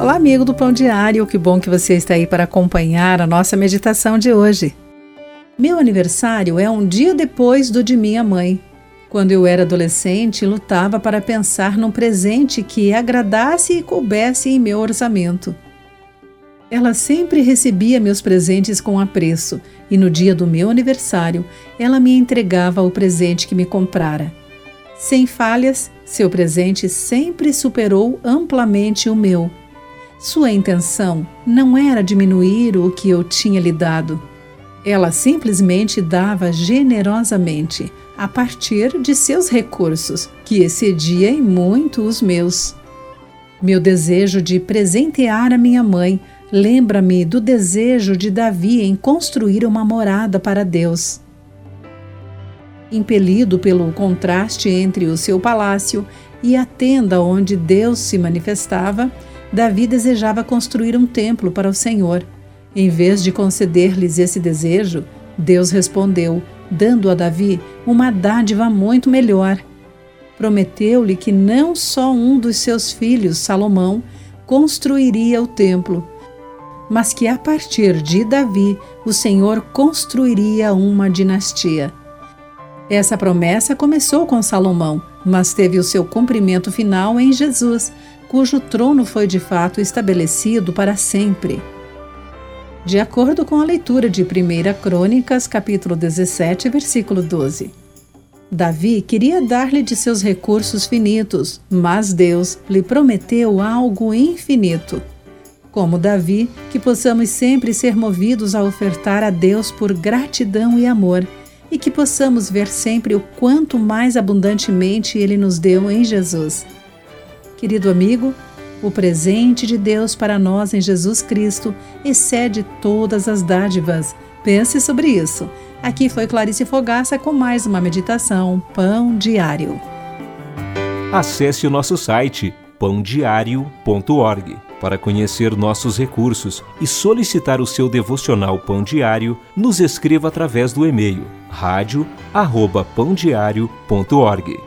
Olá, amigo do Pão Diário, que bom que você está aí para acompanhar a nossa meditação de hoje. Meu aniversário é um dia depois do de minha mãe. Quando eu era adolescente, lutava para pensar num presente que agradasse e coubesse em meu orçamento. Ela sempre recebia meus presentes com apreço e no dia do meu aniversário, ela me entregava o presente que me comprara. Sem falhas, seu presente sempre superou amplamente o meu. Sua intenção não era diminuir o que eu tinha lhe dado. Ela simplesmente dava generosamente, a partir de seus recursos, que excedia em muito os meus. Meu desejo de presentear a minha mãe lembra-me do desejo de Davi em construir uma morada para Deus. Impelido pelo contraste entre o seu palácio e a tenda onde Deus se manifestava, Davi desejava construir um templo para o Senhor. Em vez de conceder-lhes esse desejo, Deus respondeu, dando a Davi uma dádiva muito melhor. Prometeu-lhe que não só um dos seus filhos, Salomão, construiria o templo, mas que a partir de Davi, o Senhor construiria uma dinastia. Essa promessa começou com Salomão, mas teve o seu cumprimento final em Jesus, cujo trono foi de fato estabelecido para sempre. De acordo com a leitura de 1 Crônicas, capítulo 17, versículo 12. Davi queria dar-lhe de seus recursos finitos, mas Deus lhe prometeu algo infinito. Como Davi, que possamos sempre ser movidos a ofertar a Deus por gratidão e amor, e que possamos ver sempre o quanto mais abundantemente Ele nos deu em Jesus. Querido amigo, o presente de Deus para nós em Jesus Cristo excede todas as dádivas. Pense sobre isso. Aqui foi Clarice Fogaça com mais uma meditação Pão Diário. Acesse o nosso site pãodiario.org para conhecer nossos recursos e solicitar o seu devocional Pão Diário. Nos escreva através do e-mail radio@pandiario.org.